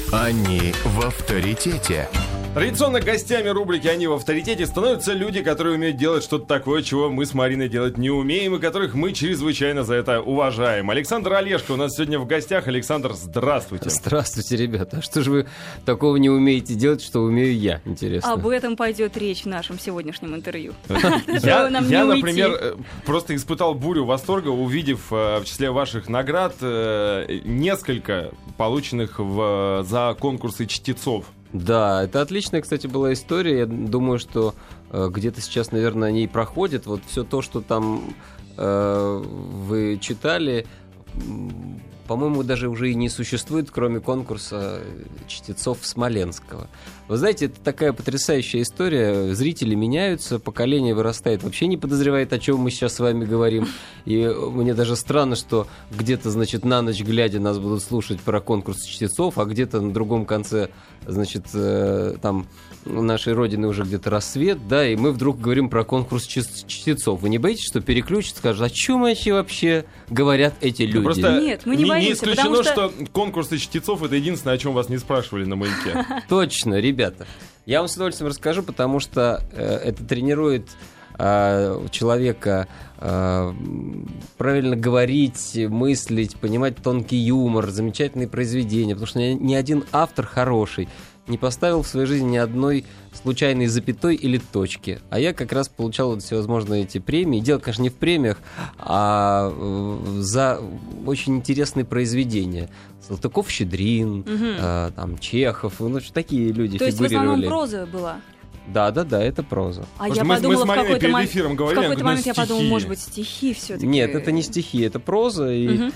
Они в авторитете. Традиционно гостями рубрики «Они в авторитете» становятся люди, которые умеют делать что-то такое, чего мы с Мариной делать не умеем, и которых мы чрезвычайно за это уважаем. Александр Олешко у нас сегодня в гостях. Александр, здравствуйте. Здравствуйте, ребята. А что же вы такого не умеете делать, что умею я? Интересно. Об этом пойдет речь в нашем сегодняшнем интервью. Я, например, просто испытал бурю восторга, увидев в числе ваших наград несколько полученных за конкурсы чтецов. Да, это отличная, кстати, была история. Я думаю, что где-то сейчас, наверное, они и проходят. Вот все то, что там вы читали, по-моему, даже уже и не существует, кроме конкурса чтецов Смоленского. Вы знаете, это такая потрясающая история. Зрители меняются, поколение вырастает, вообще не подозревает, о чем мы сейчас с вами говорим. И мне даже странно, что где-то, значит, на ночь глядя нас будут слушать про конкурс чтецов, а где-то на другом конце, значит, там нашей родины уже где-то рассвет, да, и мы вдруг говорим про конкурс чтецов. Вы не боитесь, что переключат, скажут, о чем вообще говорят эти люди? Просто нет, мы не боимся, не исключено, что конкурсы чтецов — это единственное, о чем вас не спрашивали на «Маяке». Точно, ребята. Я вам с удовольствием расскажу, потому что это тренирует человека правильно говорить, мыслить, понимать тонкий юмор, замечательные произведения, потому что ни один автор хороший не поставил в своей жизни ни одной случайной запятой или точки. А я как раз получал всевозможные эти премии. Дело, конечно, не в премиях, а за очень интересные произведения. Салтыков-Щедрин, там, Чехов, ну, такие люди то фигурировали. То есть в основном проза была? Да, это проза. А я подумала, в какой-то момент я подумала, стихи. Может быть, стихи все-таки. Нет, это не стихи, это проза. И,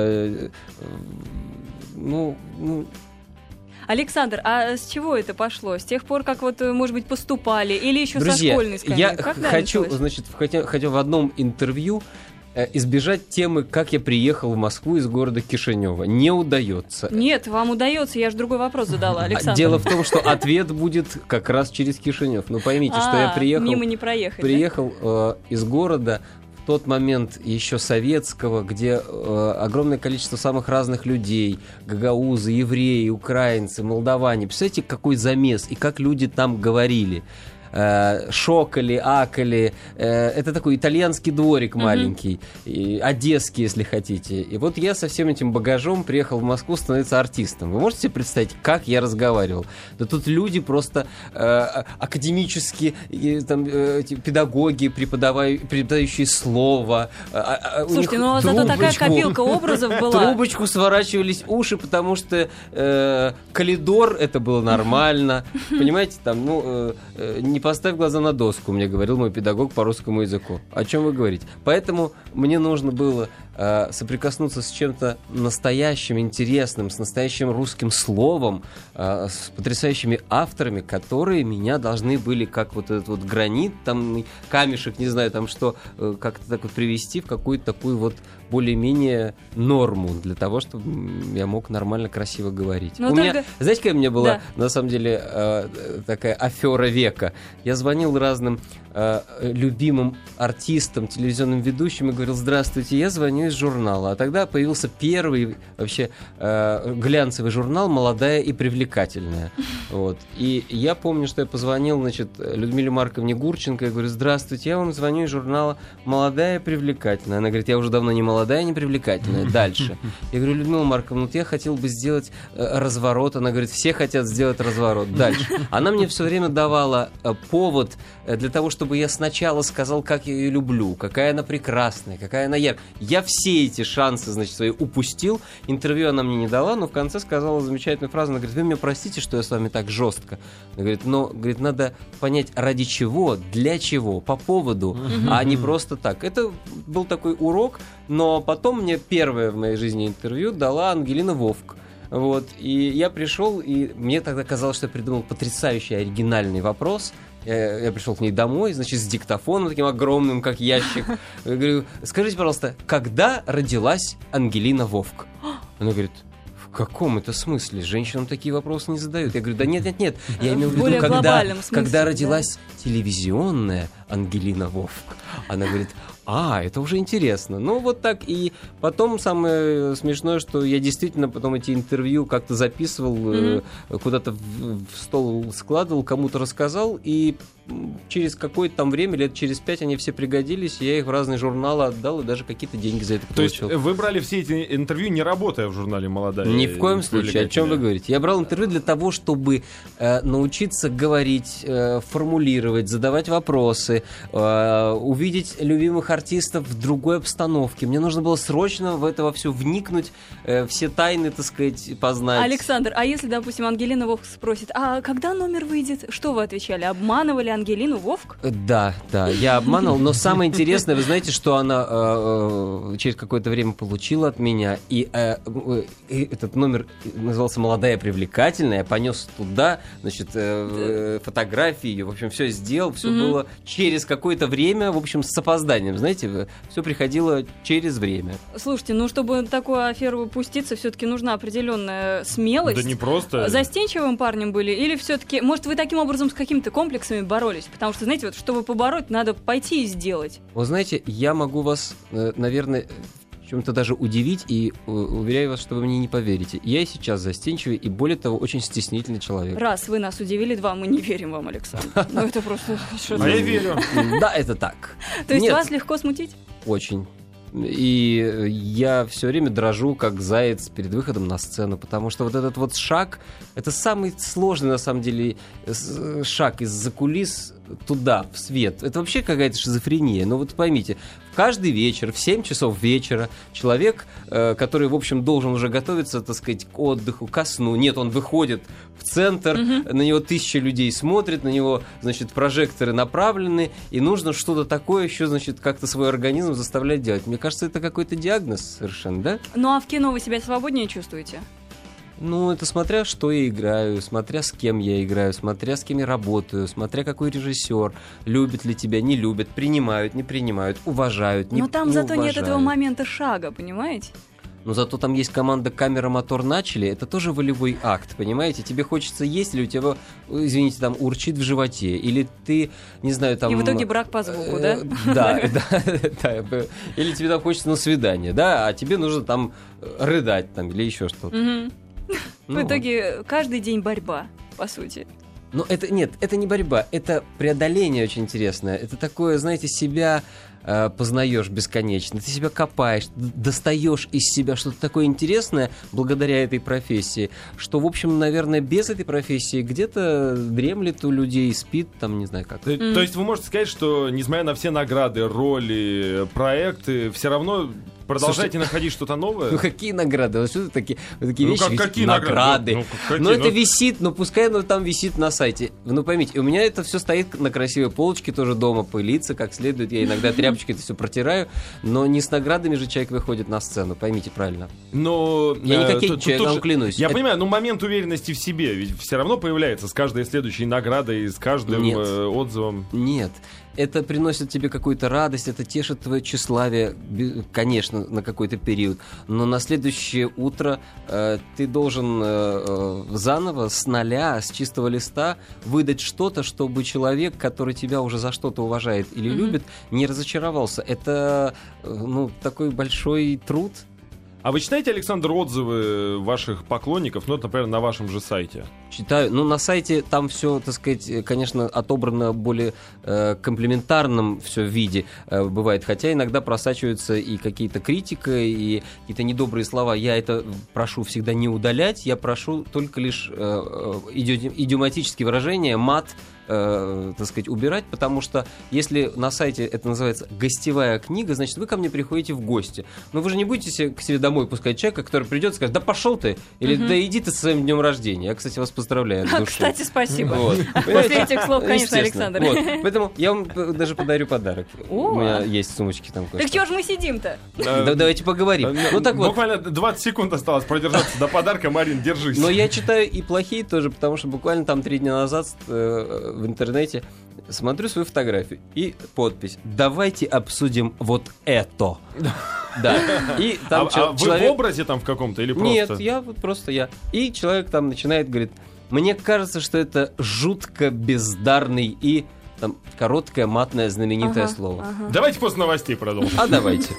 Александр, а с чего это пошло? С тех пор, как вот, может быть, поступали? Или еще Друзья, со школьной скамьи? Я хочу, значит, хотя в одном интервью избежать темы, как я приехал в Москву из города Кишинева. Не удается. Нет, вам удается, я же другой вопрос задала, Александр. Дело в том, что ответ будет как раз через Кишинев. Ну, поймите, что я приехал... Мимо не проехать, приехал из города в тот момент еще советского, где огромное количество самых разных людей, гагаузы, евреи, украинцы, молдаване. Представляете, какой замес и как люди там говорили. Шокали, акали. Это такой итальянский дворик маленький, одесский, если хотите. И вот я со всем этим багажом приехал в Москву становиться артистом. Вы можете себе представить, как я разговаривал? Да тут люди просто академические, там, педагоги, преподающие слово. Слушайте, ну зато такая копилка образов была. Трубочку сворачивались уши, потому что калидор это было нормально. Понимаете, там, не поставь глаза на доску, мне говорил мой педагог по русскому языку. О чем вы говорите? Поэтому мне нужно было соприкоснуться с чем-то настоящим, интересным, с настоящим русским словом, с потрясающими авторами, которые меня должны были, как вот этот вот гранит, там камешек, не знаю, там что, как-то так вот привести в какую-то такую вот более-менее норму для того, чтобы я мог нормально, красиво говорить. Меня, знаете, какая у меня была, на самом деле, такая афера века? Я звонил разным любимым артистам, телевизионным ведущим и говорил: здравствуйте, я звоню из журнала. А тогда появился первый вообще глянцевый журнал «Молодая и привлекательная». Вот. И я помню, что я позвонил, значит, Людмиле Марковне Гурченко и говорю: здравствуйте, я вам звоню из журнала «Молодая и привлекательная». Она говорит: я уже давно не молодая, не привлекательная. Дальше. Я говорю: Людмила Марковна, вот я хотел бы сделать разворот. Она говорит: все хотят сделать разворот. Дальше. Она мне все время давала повод для того, чтобы я сначала сказал, как я ее люблю, какая она прекрасная, какая она яркая. Я все эти шансы, значит, свои упустил. Интервью она мне не дала, но в конце сказала замечательную фразу. Она говорит: вы меня простите, что я с вами так жестко. Она говорит: но, говорит, надо понять, ради чего, для чего, по поводу, а не просто так. Это был такой урок, но потом мне первое в моей жизни интервью дала Ангелина Вовк. Вот, и я пришел, и мне тогда казалось, что я придумал потрясающий оригинальный вопрос. Я пришел к ней домой, значит, с диктофоном таким огромным, как ящик. Я говорю: скажите, пожалуйста, когда родилась Ангелина Вовк? Она говорит: в каком это смысле? Женщинам такие вопросы не задают. Я говорю: да нет. Я имел в виду, когда родилась телевизионная Ангелина Вовк. Она говорит: это уже интересно. Ну, вот так. И потом самое смешное, что я действительно потом эти интервью как-то записывал, куда-то в стол складывал, кому-то рассказал, и через какое-то там время, лет через 5, они все пригодились, я их в разные журналы отдал, и даже какие-то деньги за это получил. То есть вы брали все эти интервью, не работая в журнале «Молодая»? Ни в коем случае. О чем вы говорите? Я брал интервью для того, чтобы научиться говорить, формулировать, задавать вопросы, увидеть любимых артистов в другой обстановке. Мне нужно было срочно в это во все вникнуть, все тайны, так сказать, познать. Александр, а если, допустим, Ангелина Вовк спросит: а когда номер выйдет? Что вы отвечали? Обманывали Ангелину Вовк? Да, я обманул, но самое интересное, вы знаете, что она через какое-то время получила от меня, и этот номер назывался «Молодая привлекательная», я понес туда, значит, фотографии ее, в общем, все сделал, все было через какое-то время, в общем, с опозданием, знаете, все приходило через время. Слушайте, ну, чтобы такую аферу пуститься, все-таки нужна определенная смелость. Да не просто. Застенчивым парнем были? Или все-таки, может, вы таким образом с какими-то комплексами боролись? Потому что, знаете, вот чтобы побороть, надо пойти и сделать. Вы знаете, я могу вас, наверное, в чем-то даже удивить, и уверяю вас, что вы мне не поверите. Я и сейчас застенчивый, и более того, очень стеснительный человек. Раз вы нас удивили, два, мы не верим вам, Александр. Ну, это просто... А я верю. Да, это так. То есть вас легко смутить? Очень. И я все время дрожу, как заяц перед выходом на сцену, потому что вот этот вот шаг, это самый сложный, на самом деле, шаг из-за кулис туда, в свет. Это вообще какая-то шизофрения. Но вот поймите, каждый вечер, в 7 часов вечера, человек, который, в общем, должен уже готовиться, так сказать, к отдыху, ко сну, нет, он выходит в центр, на него 1000 людей смотрят, на него, значит, прожекторы направлены, и нужно что-то такое еще, значит, как-то свой организм заставлять делать. Мне кажется, это какой-то диагноз совершенно, да? Ну, а в кино вы себя свободнее чувствуете? Ну, это смотря что я играю, смотря с кем я играю, смотря с кем я работаю, смотря какой режиссер, любят ли тебя, не любят, принимают, не принимают, уважают, не уважают. Но там зато нет этого момента шага, понимаете? Но зато там есть команда «Камера, мотор, начали». Это тоже волевой акт, понимаете? Тебе хочется есть, или у тебя, извините, там урчит в животе, или ты, не знаю, там... И в итоге брак по звуку, да? Да. Или тебе там хочется на свидание, да, а тебе нужно там рыдать там, или еще что-то. В итоге каждый день борьба, по сути. Но это нет, это не борьба, это преодоление очень интересное. Это такое, знаете, себя познаешь бесконечно. Ты себя копаешь, достаешь из себя что-то такое интересное благодаря этой профессии, что, в общем, наверное, без этой профессии где-то дремлет у людей, спит, там, не знаю как. То есть вы можете сказать, что, несмотря на все награды, роли, проекты, все равно продолжаете находить что-то новое? Ну, какие награды? Вот что такие вещи? Какие награды? Это висит, но пускай оно там висит на сайте. Ну, поймите, у меня это все стоит на красивой полочке, тоже дома пылится как следует. Я иногда тряпочкой это все протираю, но не с наградами же человек выходит на сцену, поймите правильно. Но я не кокетничаю, я вам клянусь. Я понимаю, но момент уверенности в себе ведь все равно появляется с каждой следующей наградой, с каждым отзывом. Нет. Это приносит тебе какую-то радость, это тешит твое тщеславие, конечно, на какой-то период. Но на следующее утро ты должен заново, с нуля, с чистого листа выдать что-то, чтобы человек, который тебя уже за что-то уважает или любит, не разочаровался. Это такой большой труд. А вы читаете, Александр, отзывы ваших поклонников, ну, например, на вашем же сайте? Читаю. Ну, на сайте там все, так сказать, конечно, отобрано более комплиментарном все виде бывает. Хотя иногда просачиваются и какие-то критика, и какие-то недобрые слова. Я это прошу всегда не удалять. Я прошу только лишь идиоматические выражения, мат, так сказать, убирать, потому что если на сайте это называется гостевая книга, значит, вы ко мне приходите в гости. Но вы же не будете к себе домой пускать человека, который придет и скажет: да пошел ты, или да иди ты со своим днем рождения. Я, кстати, вас поздравляю от души. Кстати, спасибо. После этих слов, конечно, Александр. Поэтому я вам даже подарю подарок. У меня есть сумочки там кое-что. Так чего же мы сидим-то? Давайте поговорим. Буквально 20 секунд осталось продержаться до подарка. Марин, держись. Но я читаю и плохие тоже, потому что буквально там 3 дня назад в интернете смотрю свою фотографию и подпись: давайте обсудим вот это. Да. И там вы в образе там в каком-то или просто? Нет, я вот просто я. И человек там начинает, говорит: мне кажется, что это жутко бездарный и там короткое, матное, знаменитое слово. Давайте после новостей продолжим. А давайте.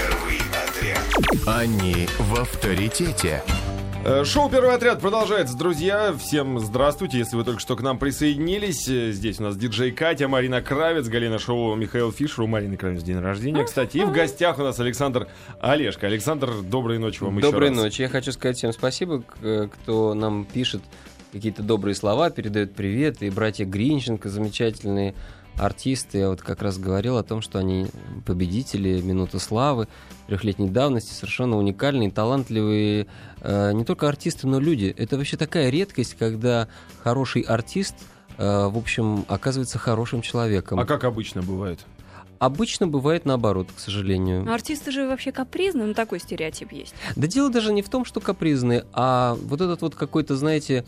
Они в авторитете. Шоу «Первый отряд» продолжается, друзья. Всем здравствуйте, если вы только что к нам присоединились. Здесь у нас диджей Катя, Марина Кравец, Галина Шоу, Михаил Фишер. У Марины Кравец день рождения, кстати. И в гостях у нас Александр Олешко. Александр, доброй ночи вам еще раз. Доброй ночи. Я хочу сказать всем спасибо, кто нам пишет какие-то добрые слова, передает привет. И братья Гринченко, замечательные артисты. Я вот как раз говорил о том, что они победители «Минуты славы» трехлетней давности, совершенно уникальные, талантливые не только артисты, но люди. Это вообще такая редкость, когда хороший артист, в общем, оказывается хорошим человеком. А как обычно бывает? Обычно бывает наоборот, к сожалению. Но артисты же вообще капризны, ну такой стереотип есть. Да дело даже не в том, что капризные, а вот этот вот какой-то, знаете,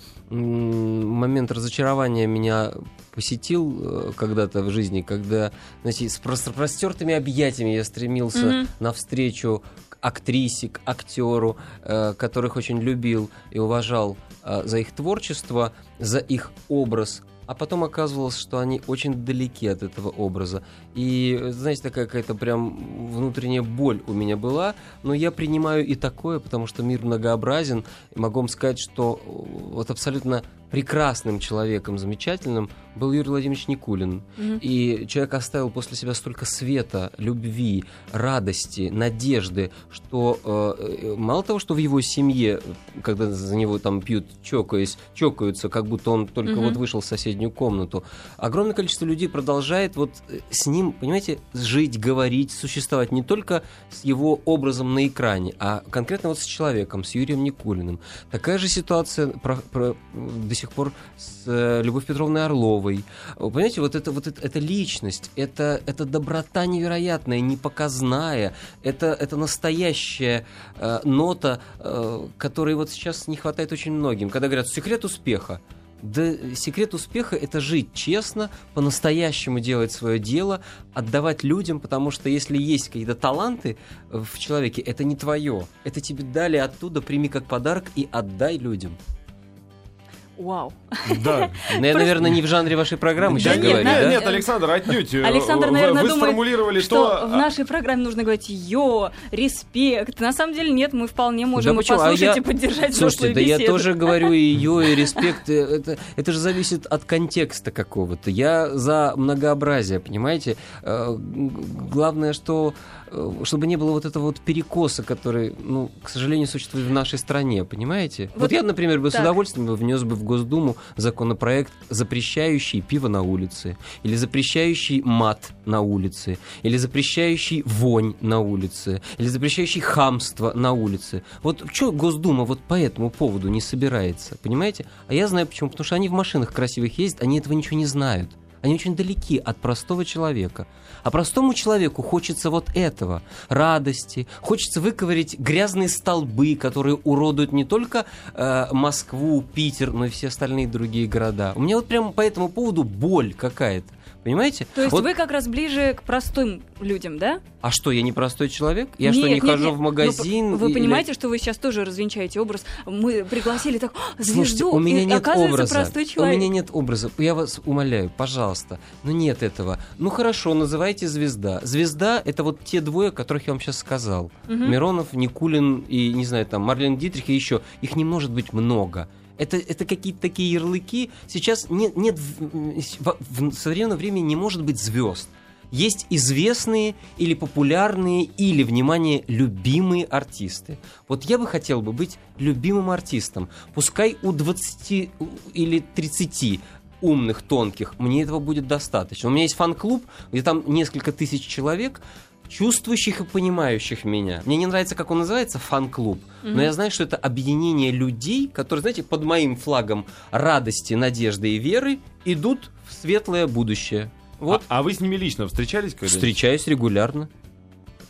момент разочарования меня посетил когда-то в жизни, когда, знаете, с простертыми объятиями я стремился навстречу к актрисе, к актеру, которых очень любил и уважал за их творчество, за их образ. А потом оказывалось, что они очень далеки от этого образа. И, знаете, такая какая-то прям внутренняя боль у меня была. Но я принимаю и такое, потому что мир многообразен. И могу вам сказать, что вот абсолютно прекрасным человеком, замечательным, был Юрий Владимирович Никулин. И человек оставил после себя столько света, любви, радости, надежды, что мало того, что в его семье, когда за него там пьют, чокаются, как будто он только вот вышел в соседнюю комнату, огромное количество людей продолжает вот с ним, понимаете, жить, говорить, существовать не только с его образом на экране, а конкретно вот с человеком, с Юрием Никулиным. Такая же ситуация до сих пор с Любовью Петровной Орловой. Вы понимаете, вот эта личность, это доброта невероятная, непоказная, это настоящая нота, которой вот сейчас не хватает очень многим. Когда говорят «секрет успеха», да, секрет успеха — это жить честно, по-настоящему делать свое дело, отдавать людям, потому что если есть какие-то таланты в человеке, это не твое. Это тебе дали оттуда, прими как подарок и отдай людям. Вау. Да. Но я, наверное, не в жанре вашей программы сейчас говорю, нет, да? нет, Александр, отнюдь. Александр, наверное, вы думает, сформулировали что то... в нашей программе нужно говорить «йо», «респект». На самом деле нет, мы вполне можем Да и послушать, и поддержать Слушайте, взрослую да беседу. я тоже говорю и «йо», и «респект». Это же зависит от контекста какого-то. Я за многообразие, понимаете? Главное, чтобы не было вот этого вот перекоса, который, ну, к сожалению, существует в нашей стране, понимаете? Вот я, например, бы с удовольствием внес бы в Госдуму законопроект, запрещающий пиво на улице, или запрещающий мат на улице, или запрещающий вонь на улице, или запрещающий хамство на улице. Вот что Госдума вот по этому поводу не собирается, понимаете? А я знаю почему. Потому что они в машинах красивых ездят, они этого ничего не знают. Они очень далеки от простого человека. А простому человеку хочется вот этого, радости, хочется выковырять грязные столбы, которые уродуют не только Москву, Питер, но и все остальные другие города. У меня вот прямо по этому поводу боль какая-то. Понимаете? То есть вот... вы как раз ближе к простым людям, да? А что, я не простой человек? Я что, не хожу в магазин? Ну, вы понимаете, что вы сейчас тоже развенчаете образ? Мы пригласили так звезду, Слушайте, у меня нет оказывается, образа. простой человек. У меня нет образа. Я вас умоляю, пожалуйста. Ну нет этого. Ну хорошо, называйте звезда. Звезда — это вот те двое, которых я вам сейчас сказал. Миронов, Никулин и, не знаю, там, Марлен Дитрих и еще. Их не может быть много. Это какие-то такие ярлыки. Сейчас в современном времени не может быть звезд. Есть известные или популярные, или, внимание, любимые артисты. Вот я бы хотел бы быть любимым артистом. Пускай у 20 или 30 умных, тонких, мне этого будет достаточно. У меня есть фан-клуб, где там несколько тысяч человек, чувствующих и понимающих меня. Мне не нравится, как он называется, фан-клуб, но я знаю, что это объединение людей, которые, знаете, под моим флагом радости, надежды и веры идут в светлое будущее. Вот. А вы с ними лично встречались когда-нибудь? Встречаюсь регулярно.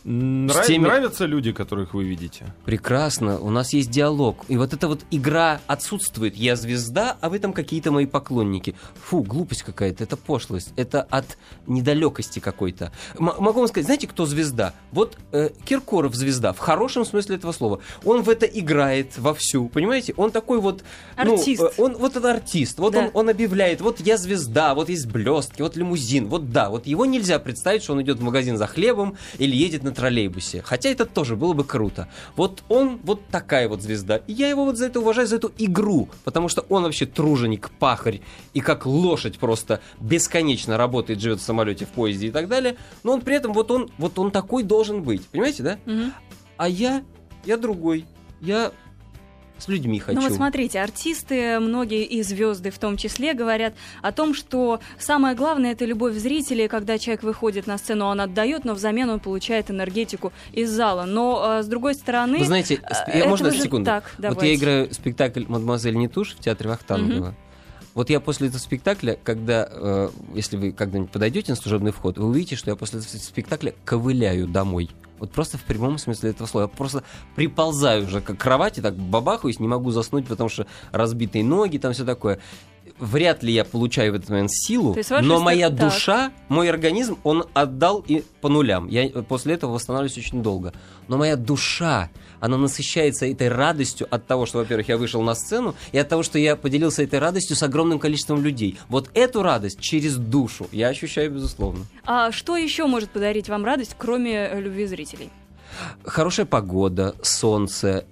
теми- Нравятся люди, которых вы видите? Прекрасно, у нас есть диалог. И вот эта вот игра отсутствует. Я звезда, а вы там какие-то мои поклонники. Фу, глупость какая-то, это пошлость. Это от недалекости какой-то. Могу вам сказать, знаете, кто звезда? Вот Киркоров звезда, в хорошем смысле этого слова. Он в это играет вовсю, понимаете? Он такой вот... Артист. Он вот это артист. Вот Да. он объявляет, вот я звезда, вот есть блестки, вот лимузин. Вот да, вот его нельзя представить, что он идет в магазин за хлебом или едет на троллейбусе. Хотя это тоже было бы круто. Вот он вот такая вот звезда. И я его вот за это уважаю, за эту игру. Потому что он вообще труженик, пахарь. И как лошадь просто бесконечно работает, живет в самолете, в поезде и так далее. Но он при этом вот он такой должен быть. Понимаете, да? Мгм. А я другой. Я с людьми хочу. Ну вот смотрите, артисты, многие и звезды в том числе, говорят о том, что самое главное — это любовь зрителей, когда человек выходит на сцену, он отдает, но взамен он получает энергетику из зала. Но с другой стороны... Вы знаете, это можно уже секунду? так, Вот я давайте. играю спектакль «Мадемуазель Нетуш» в театре Вахтангова. Вот я после этого спектакля, когда, если вы когда-нибудь подойдете на служебный вход, вы увидите, что я после этого спектакля ковыляю домой. Вот просто в прямом смысле этого слова. Я просто приползаю уже к кровати, так бабахаюсь, не могу заснуть, потому что разбитые ноги, там все такое. Вряд ли я получаю в этот момент силу, То есть ваша но моя так. душа, мой организм, он отдал и по нулям. Я после этого восстанавливаюсь очень долго. Но моя душа, она насыщается этой радостью от того, что, во-первых, я вышел на сцену, и от того, что я поделился этой радостью с огромным количеством людей. Вот эту радость через душу я ощущаю, безусловно. А что еще может подарить вам радость, кроме любви зрителей? Хорошая погода, солнце,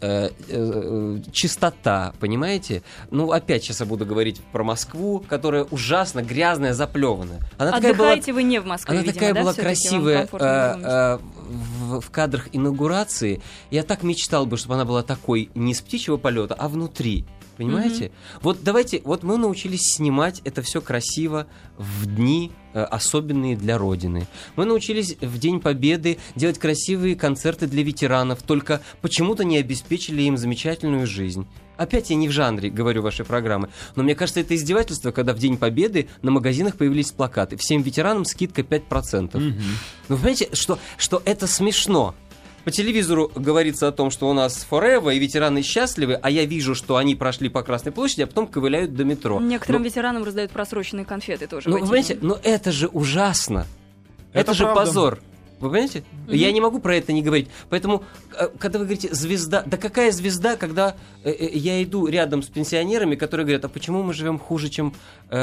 чистота, понимаете? Ну, опять сейчас я буду говорить про Москву, которая ужасно грязная, заплеванная. Она такая была... Отдыхаете вы не в Москве, Она видимо, такая да, была всё-таки? Вам красивая комфортно в другом месте. в кадрах инаугурации. Я так мечтал бы, чтобы она была такой не с птичьего полета, а внутри. Понимаете? Вот давайте, вот мы научились снимать это все красиво в дни особенные для Родины. Мы научились в День Победы делать красивые концерты для ветеранов, только почему-то не обеспечили им замечательную жизнь. Опять я не в жанре говорю вашей программы, но мне кажется, это издевательство, когда в День Победы на магазинах появились плакаты. Всем ветеранам скидка 5%. Ну, вы понимаете, что это смешно. По телевизору говорится о том, что у нас forever, и ветераны счастливы, а я вижу, что они прошли по Красной площади, а потом ковыляют до метро. Некоторым Ну, ветеранам раздают просроченные конфеты тоже. ну, в вы эти понимаете, дни. но это же ужасно. Это же правда. позор. Вы понимаете? Я не могу про это не говорить. Поэтому, когда вы говорите «звезда», да какая звезда, когда я иду рядом с пенсионерами, которые говорят, а почему мы живем хуже, чем,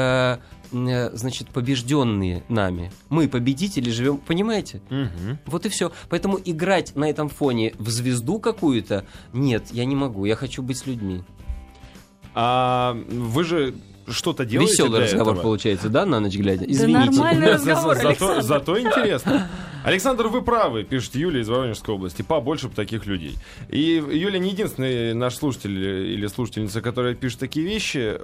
значит, побежденные нами? Мы, победители, живем, понимаете? Вот и все. Поэтому играть на этом фоне в звезду какую-то, нет, я не могу. Я хочу быть с людьми. А вы же что-то делаете Веселый для разговор этого? получается, да, на ночь глядя? Да Извините. нормальный разговор, Александр. Зато интересно. Александр, вы правы, пишет Юлия из Воронежской области. Побольше бы таких людей. И Юля не единственный наш слушатель или слушательница, которая пишет такие вещи.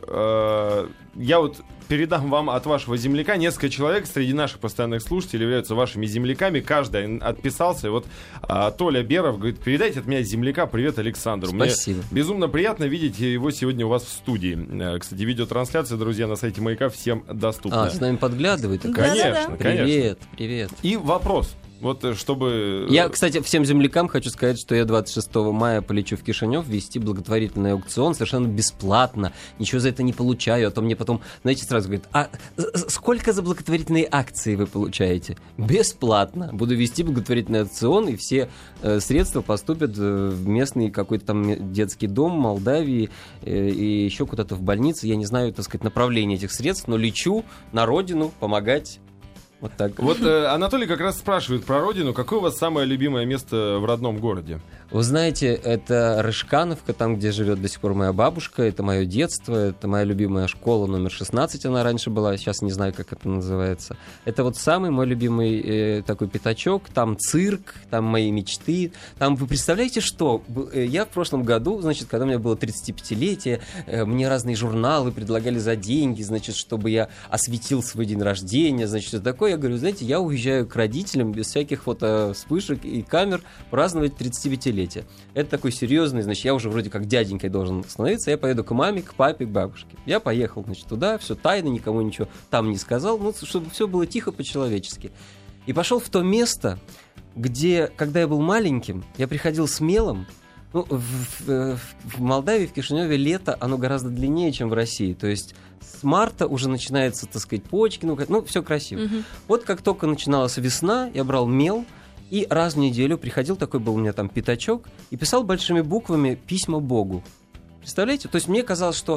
Я вот передам вам от вашего земляка несколько человек среди наших постоянных слушателей являются вашими земляками. Каждый отписался. И вот Толя Беров говорит, передайте от меня земляка привет Александру. Спасибо. Мне безумно приятно видеть его сегодня у вас в студии. Кстати, видеотрансляция, друзья, на сайте Маяка всем доступна. С нами подглядывает? Конечно, конечно. Привет, привет. И вопрос. Вот чтобы... Я, кстати, всем землякам хочу сказать, что я 26 мая полечу в Кишинев вести благотворительный аукцион совершенно бесплатно. Ничего за это не получаю. А то мне потом, знаете, сразу говорят, а сколько за благотворительные акции вы получаете? Бесплатно. Буду вести благотворительный аукцион, и все средства поступят в местный какой-то там детский дом в Молдавии и еще куда-то в больнице. Я не знаю, так сказать, направление этих средств, но лечу на родину помогать. Вот так. Вот Анатолий как раз спрашивает про родину. Какое у вас самое любимое место в родном городе? Вы знаете, это Рыжкановка, там, где живет до сих пор моя бабушка. Это мое детство, это моя любимая школа номер 16, она раньше была, сейчас не знаю, как это называется. Это вот самый мой любимый такой пятачок, там цирк, там мои мечты. Там, вы представляете, что? Я в прошлом году, значит, когда у меня было 35-летие, мне разные журналы предлагали за деньги, значит, чтобы я осветил свой день рождения, значит, что такое. Я говорю, знаете, я уезжаю к родителям без всяких вспышек и камер праздновать 35-летие. Это такой серьезный, значит, я уже вроде как дяденькой должен становиться, я поеду к маме, к папе, к бабушке. Я поехал, значит, туда, все тайно, никому ничего там не сказал, ну, чтобы все было тихо по-человечески. И пошел в то место, где, когда я был маленьким, я приходил с мелом. Ну, в Молдавии, в Кишиневе лето, оно гораздо длиннее, чем в России. То есть с марта уже начинается, так сказать, почки, ну все красиво. Вот как только начиналась весна, я брал мел и раз в неделю приходил, такой был у меня там пятачок, и писал большими буквами письма Богу. Представляете? То есть мне казалось, что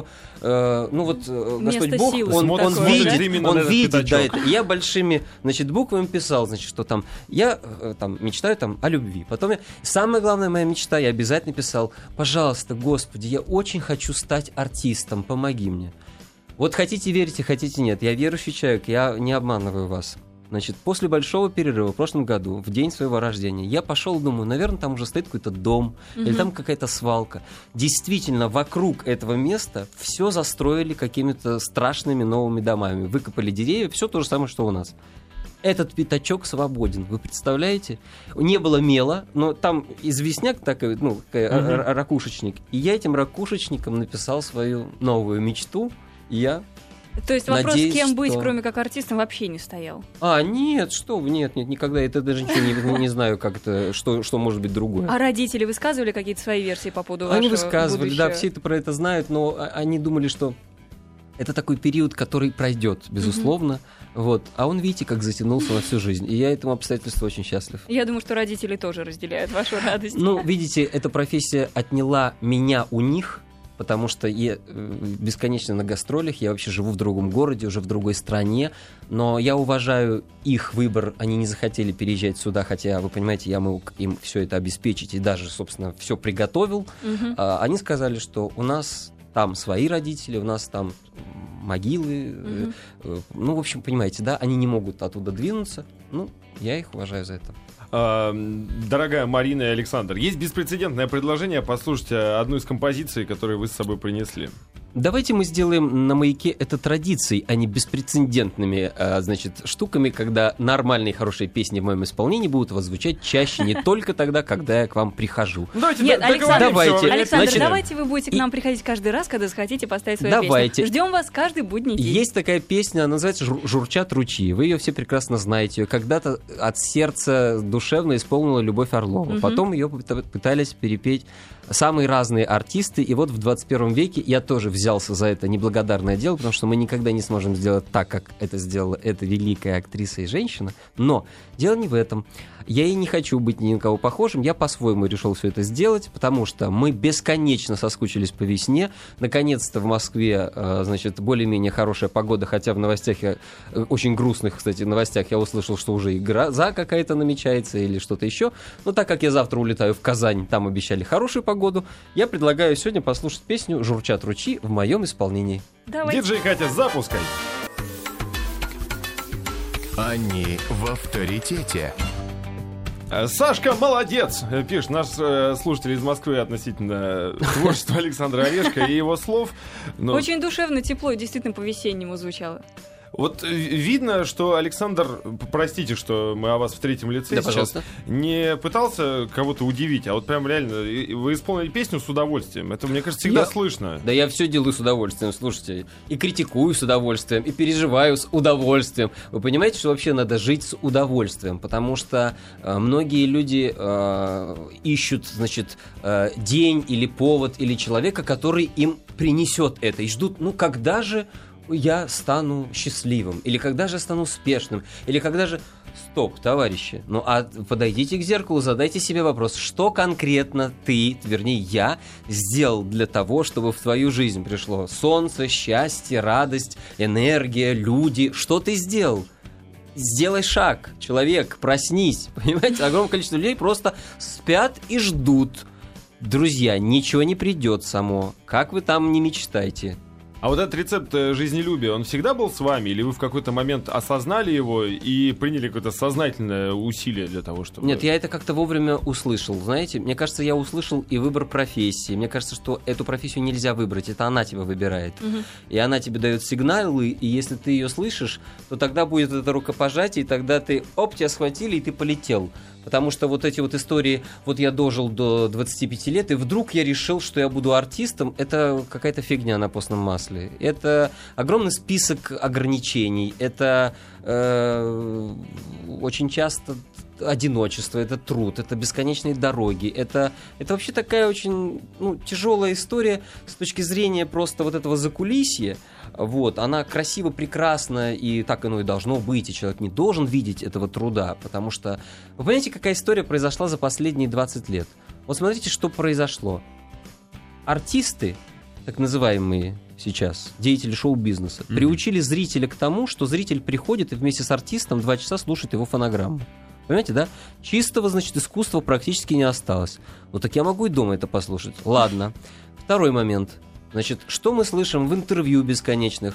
Господь Бог, он видит, да, это. И я большими, значит, буквами писал, значит, что там я мечтаю там о любви. Потом самая главная моя мечта, я обязательно писал: пожалуйста, Господи, я очень хочу стать артистом, помоги мне. Вот хотите верите, хотите нет, я верующий человек, я не обманываю вас. Значит, после большого перерыва в прошлом году, в день своего рождения, я пошел, думаю, наверное, там уже стоит какой-то дом, или там какая-то свалка. Действительно, вокруг этого места все застроили какими-то страшными новыми домами. Выкопали деревья, все то же самое, что у нас. Этот пятачок свободен, вы представляете? Не было мела, но там известняк такой, ракушечник. И я этим ракушечником написал свою новую мечту, и я... То есть вопрос, кем быть, кроме как артистом, вообще не стоял? Нет, что вы, нет, никогда. Это даже ничего не знаю, как это, что может быть другое. А родители высказывали какие-то свои версии по поводу вашего Они высказывали, будущего? да, все это про это знают, но они думали, что это такой период, который пройдет, безусловно. Вот. А он, видите, как затянулся на всю жизнь. И я этому обстоятельству очень счастлив. Я думаю, что родители тоже разделяют вашу радость. Ну, видите, эта профессия отняла меня у них, потому что я бесконечно на гастролях, я вообще живу в другом городе, уже в другой стране, но я уважаю их выбор, они не захотели переезжать сюда, хотя, вы понимаете, я мог им все это обеспечить и даже, собственно, все приготовил. Они сказали, что у нас там свои родители, у нас там могилы, ну, в общем, понимаете, да, они не могут оттуда двинуться, ну, я их уважаю за это. Дорогая Марина и Александр, есть беспрецедентное предложение послушать одну из композиций, которые вы с собой принесли. Давайте мы сделаем на «Маяке» это традицией, а не беспрецедентными, штуками, когда нормальные хорошие песни в моем исполнении будут звучать чаще, не только тогда, когда я к вам прихожу. Нет, Александр, Значит, давайте вы будете к нам приходить каждый раз, когда захотите поставить свою давайте. песню. Ждем вас каждый будний день. Есть такая песня, она называется «Журчат ручьи». Вы ее все прекрасно знаете. Ее когда-то от сердца душевно исполнила Любовь Орлова. Потом ее пытались перепеть самые разные артисты. И вот в 21 веке я тоже взялся за это неблагодарное дело, потому что мы никогда не сможем сделать так, как это сделала эта великая актриса и женщина. Но дело не в этом. Я и не хочу быть ни на кого похожим. Я по-своему решил все это сделать, потому что мы бесконечно соскучились по весне. Наконец-то в Москве, более-менее хорошая погода, хотя в новостях, очень грустных, кстати, новостях я услышал, что уже и гроза какая-то намечается или что-то еще. Но так как я завтра улетаю в Казань, там обещали хорошую погоду, я предлагаю сегодня послушать песню «Журчат ручьи» в моем исполнении. Давайте. Диджей Катя, запускай! Они в авторитете. Сашка, молодец! Пишет наш слушатель из Москвы относительно творчества Александра Орешко и его слов. Но... Очень душевно, тепло, действительно по-весеннему звучало. Вот видно, что Александр, простите, что мы о вас в третьем лице да, сейчас, пожалуйста. Не пытался кого-то удивить, а вот прям реально вы исполнили песню с удовольствием. Это, мне кажется, всегда слышно. Да я все делаю с удовольствием, слушайте. И критикую с удовольствием, и переживаю с удовольствием. Вы понимаете, что вообще надо жить с удовольствием, потому что многие люди ищут, день или повод, или человека, который им принесет это, и ждут, когда же я стану счастливым, или когда же я стану успешным, или когда же... Стоп, товарищи, подойдите к зеркалу, задайте себе вопрос, что конкретно я сделал для того, чтобы в твою жизнь пришло солнце, счастье, радость, энергия, люди. Что ты сделал? Сделай шаг, человек, проснись. Понимаете, огромное количество людей просто спят и ждут. Друзья, ничего не придет само, как вы там не мечтайте. А вот этот рецепт жизнелюбия, он всегда был с вами? Или вы в какой-то момент осознали его и приняли какое-то сознательное усилие для того, чтобы... Нет, я это как-то вовремя услышал, знаете. Мне кажется, я услышал и выбор профессии. Мне кажется, что эту профессию нельзя выбрать, это она тебя выбирает. И она тебе дает сигналы, и если ты ее слышишь, то тогда будет это рукопожатие, и тогда тебя схватили, и ты полетел. Потому что вот эти вот истории, я дожил до 25 лет, и вдруг я решил, что я буду артистом, это какая-то фигня на постном масле. смысле. Это огромный список ограничений, это очень часто одиночество, это труд, это бесконечные дороги, это вообще такая очень тяжелая история с точки зрения просто вот этого закулисья. Вот, она красиво, прекрасна, и так оно и должно быть, и человек не должен видеть этого труда, потому что... Вы понимаете, какая история произошла за последние 20 лет? Вот смотрите, что произошло. Артисты, так называемые сейчас, деятели шоу-бизнеса, приучили зрителя к тому, что зритель приходит и вместе с артистом 2 часа слушает его фонограмму. Понимаете, да? Чистого, значит, искусства практически не осталось. Ну так я могу и дома это послушать. Ладно. Второй момент. Значит, что мы слышим в интервью бесконечных?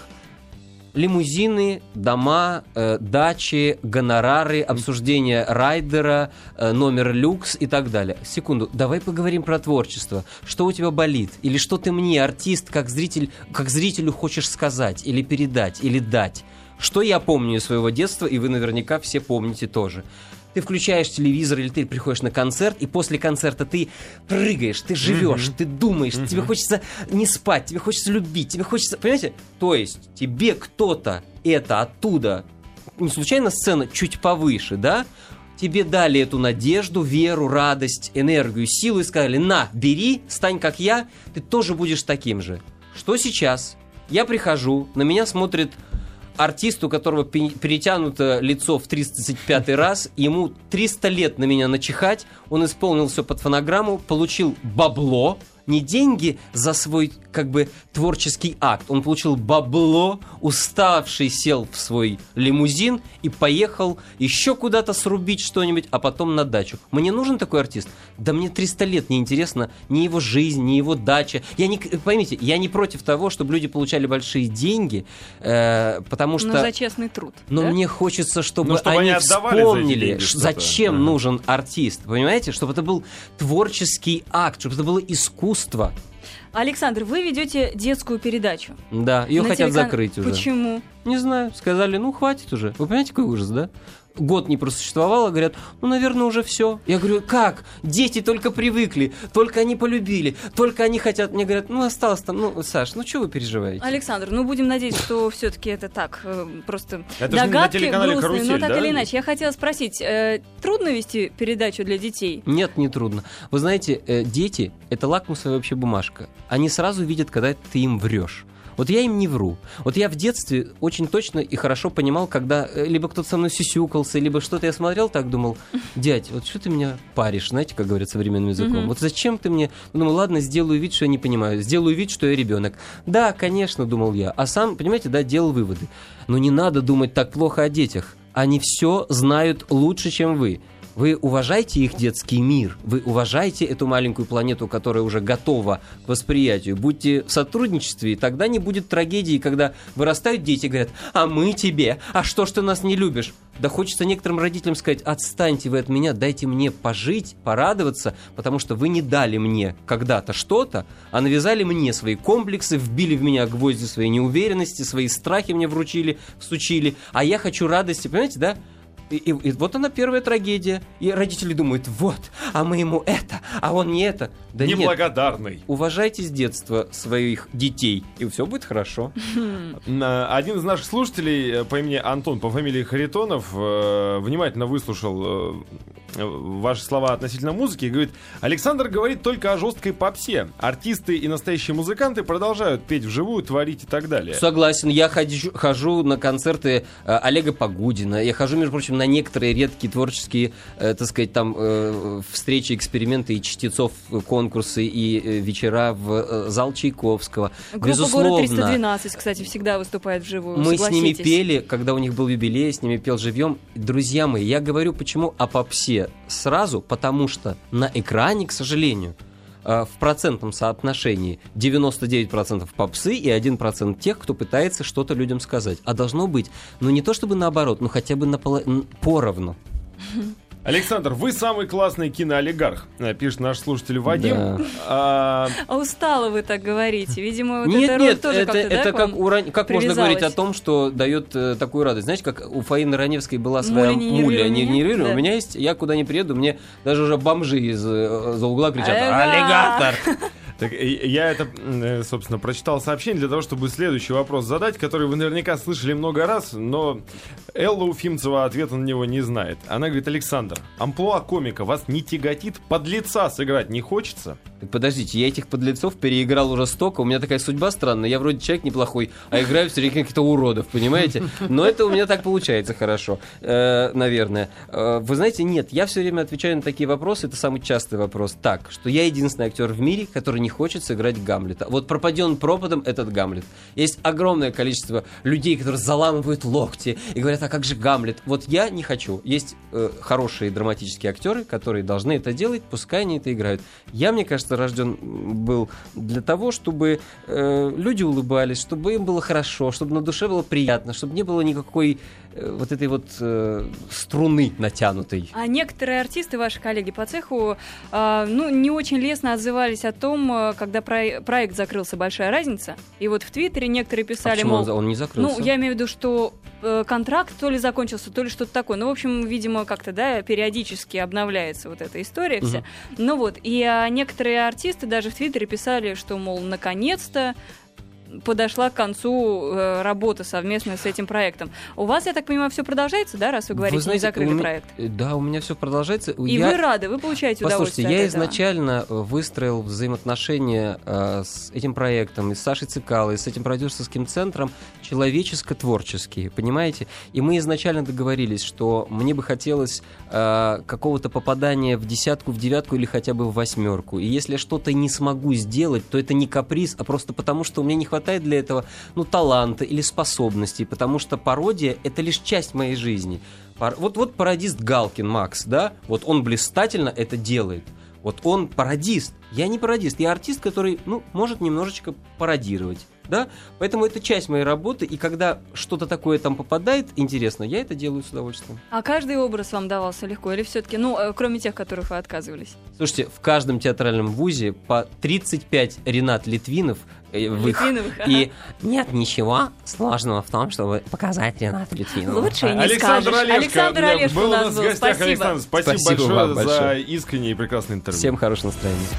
Лимузины, дома, дачи, гонорары, обсуждение райдера, номер люкс и так далее. Секунду, давай поговорим про творчество. Что у тебя болит? Или что ты мне, артист, как зрителю хочешь сказать, или передать, или дать? Что я помню из своего детства, и вы наверняка все помните тоже. Ты включаешь телевизор или ты приходишь на концерт, и после концерта ты прыгаешь, ты живешь, ты думаешь, тебе хочется не спать, тебе хочется любить, тебе хочется... Понимаете? То есть тебе кто-то это оттуда, не случайно сцена чуть повыше, да? Тебе дали эту надежду, веру, радость, энергию, силу и сказали: на, бери, стань как я, ты тоже будешь таким же. Что сейчас? Я прихожу, на меня смотрит... артист, у которого перетянуто лицо в 335 раз, ему 300 лет на меня начихать, он исполнил все под фонограмму, получил бабло, не деньги за свой, как бы, творческий акт, он получил бабло, уставший сел в свой лимузин и поехал еще куда-то срубить что-нибудь, а потом на дачу. Мне нужен такой артист? Да мне 300 лет не интересно ни его жизнь, ни его дача. Поймите, я не против того, чтобы люди получали большие деньги, потому что... Но за честный труд. Но да? Мне хочется, чтобы они они вспомнили, зачем нужен артист, понимаете? Чтобы это был творческий акт, чтобы это было искусство. Александр, вы ведете детскую передачу. Да, ее хотят закрыть уже. Почему? Не знаю, сказали, хватит уже. Вы понимаете, какой ужас, да?Год не просуществовало, говорят, наверное, уже все. Я говорю, как? Дети только привыкли, только они полюбили, только они хотят. Мне говорят, осталось там, Саш, что вы переживаете? Александр, будем надеяться, что все-таки это так, просто это догадки же на телеканале грустные, «Карусель», но так да? или иначе. Я хотела спросить, трудно вести передачу для детей? Нет, не трудно. Вы знаете, дети — это лакмусовая вообще бумажка. Они сразу видят, когда ты им врешь. Вот я им не вру. Вот я в детстве очень точно и хорошо понимал, когда либо кто-то со мной сюсюкался, либо что-то я смотрел, так думал, дядь, вот что ты меня паришь, знаете, как говорят современным языком. Вот зачем ты мне... Думал, ладно, сделаю вид, что я не понимаю, сделаю вид, что я ребенок. Да, конечно, думал я. А сам, понимаете, делал выводы. Но не надо думать так плохо о детях. Они все знают лучше, чем вы. Вы уважаете их детский мир, вы уважаете эту маленькую планету, которая уже готова к восприятию. Будьте в сотрудничестве, и тогда не будет трагедии, когда вырастают дети и говорят, а мы тебе, а что ж ты нас не любишь? Да хочется некоторым родителям сказать, отстаньте вы от меня, дайте мне пожить, порадоваться, потому что вы не дали мне когда-то что-то, а навязали мне свои комплексы, вбили в меня гвозди своей неуверенности, свои страхи мне всучили, а я хочу радости, понимаете, да? И вот она первая трагедия. И родители думают, вот, а мы ему это, а он не это. Да неблагодарный. Нет, уважайте с детства своих детей, и все будет хорошо. Один из наших слушателей по имени Антон, по фамилии Харитонов, внимательно выслушал ваши слова относительно музыки и говорит, Александр говорит только о жесткой попсе. Артисты и настоящие музыканты продолжают петь вживую, творить и так далее. Согласен, я хожу на концерты Олега Погудина, я хожу, между прочим, на некоторые редкие творческие, так сказать, там встречи, эксперименты и чтецов, конкурсы и вечера в зал Чайковского. Группа Безусловно, «Город 312», кстати, всегда выступает вживую. Мы с ними пели, когда у них был юбилей, с ними пел живьем. Друзья мои, я говорю, почему о попсе сразу, потому что на экране, к сожалению, в процентном соотношении 99% попсы и 1% тех, кто пытается что-то людям сказать. А должно быть, не то чтобы наоборот, но хотя бы поровну. Александр, вы самый классный киноолигарх, пишет наш слушатель Вадим. Да. Устало вы так говорите. Видимо, нет, эта роль тоже как-то, это как можно говорить о том, что дает такую радость. Знаете, как у Фаины Раневской была своя «Муля не да. У меня есть, я куда ни приеду, мне даже уже бомжи из-за угла кричат «Аллигатор!». Так, я это, собственно, прочитал сообщение для того, чтобы следующий вопрос задать, который вы наверняка слышали много раз, но Элла Уфимцева ответа на него не знает. Она говорит: Александр, амплуа комика вас не тяготит? Подлеца сыграть не хочется? Так подождите, я этих подлецов переиграл уже столько, у меня такая судьба странная, я вроде человек неплохой, а играю все время каких-то уродов, понимаете? Но это у меня так получается хорошо, наверное. Вы знаете, нет, я все время отвечаю на такие вопросы, это самый частый вопрос, так, что я единственный актер в мире, который не хочет сыграть Гамлета. Вот пропадет он пропадом этот Гамлет. Есть огромное количество людей, которые заламывают локти и говорят: а как же Гамлет? Вот я не хочу. Есть хорошие драматические актеры, которые должны это делать, пускай они это играют. Я, мне кажется, рожден был для того, чтобы люди улыбались, чтобы им было хорошо, чтобы на душе было приятно, чтобы не было никакой вот этой вот струны натянутой. А некоторые артисты, ваши коллеги по цеху, не очень лестно отзывались о том, когда проект закрылся «Большая разница». И вот в Твиттере некоторые писали, почему мол... он не закрылся? Ну, я имею в виду, что контракт то ли закончился, то ли что-то такое. Ну, в общем, видимо, как-то, да, периодически обновляется вот эта история вся. Ну вот, и некоторые артисты даже в Твиттере писали, что, мол, наконец-то подошла к концу работа совместная с этим проектом. У вас, я так понимаю, все продолжается, да, раз вы говорите, знаете, не закрыли проект? Да, у меня все продолжается. И вы рады, вы получаете удовольствие. Послушайте, я от этого. изначально выстроил взаимоотношения с этим проектом, и с Сашей Цикалой, и с этим продюсерским центром человеческо-творческие, понимаете? И мы изначально договорились, что мне бы хотелось какого-то попадания в десятку, в девятку или хотя бы в восьмерку. И если я что-то не смогу сделать, то это не каприз, а просто потому, что у меня не хватает для этого, таланта или способностей, потому что пародия — это лишь часть моей жизни. Вот пародист Галкин Макс, да, вот он блистательно это делает. Вот он пародист. Я не пародист, я артист, который, может немножечко пародировать. Да? Поэтому это часть моей работы, и когда что-то такое там попадает, интересно, я это делаю с удовольствием. А каждый образ вам давался легко? Или все-таки, кроме тех, которых вы отказывались? Слушайте, в каждом театральном вузе по 35 Ренат Литвинов и нет ничего сложного в том, чтобы показать Рената Литвинова. Лучше и не Александр скажешь. Александр Олешко был у нас в был. гостях. Спасибо. Александр, спасибо Спасибо вам большое за большое. искреннее и прекрасное интервью. Всем хорошего настроения.